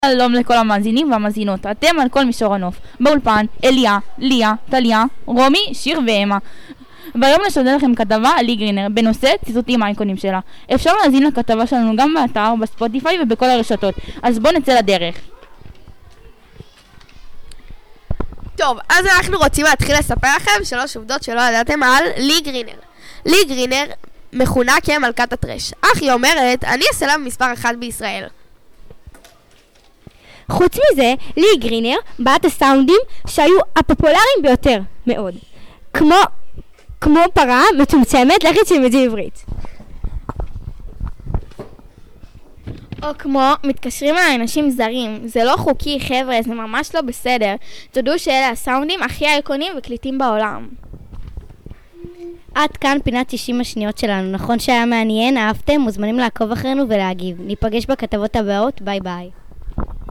שלום לכל המאזינים והמאזינות, אתם על כל מישור הנוף. באולפן, אליה, ליה, טליה, רומי, שיר ואמה. והיום נשדר לכם כתבה על לי גרינר בנושא ציטוטים אייקונים שלה. אפשר להזין לכתבה שלנו גם באתר, בספוטיפיי ובכל הרשתות. אז בואו נצא לדרך. טוב, אז אנחנו רוצים להתחיל לספר לכם 3 עובדות שלא ידעתם על לי גרינר. לי גרינר מכונה כמלכת הטרש, אך היא אומרת, אני הסלב מספר 1 בישראל. חוץ מזה, לי גרינר בעט הסאונדים שהיו הפופולריים ביותר מאוד. כמו פרה מצומצמת, לכי תלמדי עברית. או כמו מתקשרים אליי אנשים זרים. זה לא חוקי, חבר'ה, זה ממש לא בסדר. תדעו שאלה הסאונדים הכי אייקונים וקליטים בעולם. עד כאן פינת 90 השניות שלנו. נכון שהיה מעניין, אהבתם, מוזמנים לעקוב אחרינו ולהגיב. ניפגש בכתבות הבאות, ביי ביי.